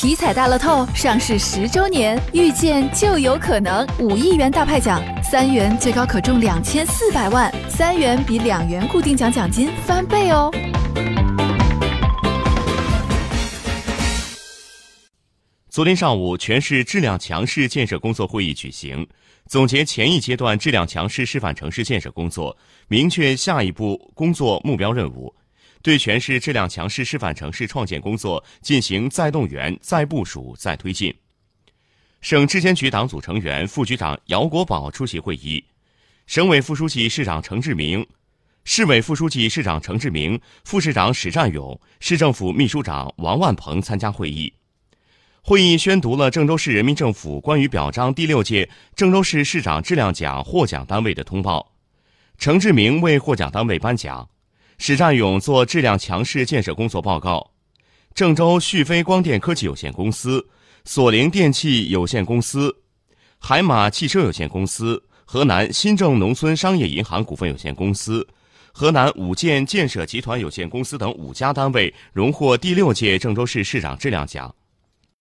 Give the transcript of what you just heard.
体彩大乐透上市10周年，遇见就有可能，5亿元大派奖，3元最高可中2400万，3元比2元固定奖奖金翻倍哦。 昨天上午，全市质量强市建设工作会议举行，总结前一阶段质量强市示范城市建设工作，明确下一步工作目标任务，对全市质量强市示范城市创建工作进行再动员、再部署、再推进。省质监局党组成员、副局长姚国宝出席会议，省委副书记、市长程志明、市委副书记、市长程志明、副市长史占勇、市政府秘书长王万鹏参加会议。会议宣读了郑州市人民政府关于表彰第6届郑州市市长质量奖获奖单位的通报，程志明为获奖单位颁奖，史占勇做质量强市建设工作报告。郑州旭飞光电科技有限公司、索灵电器有限公司、海马汽车有限公司、河南新郑农村商业银行股份有限公司、河南五建建设集团有限公司等5家单位荣获第6届郑州市市长质量奖。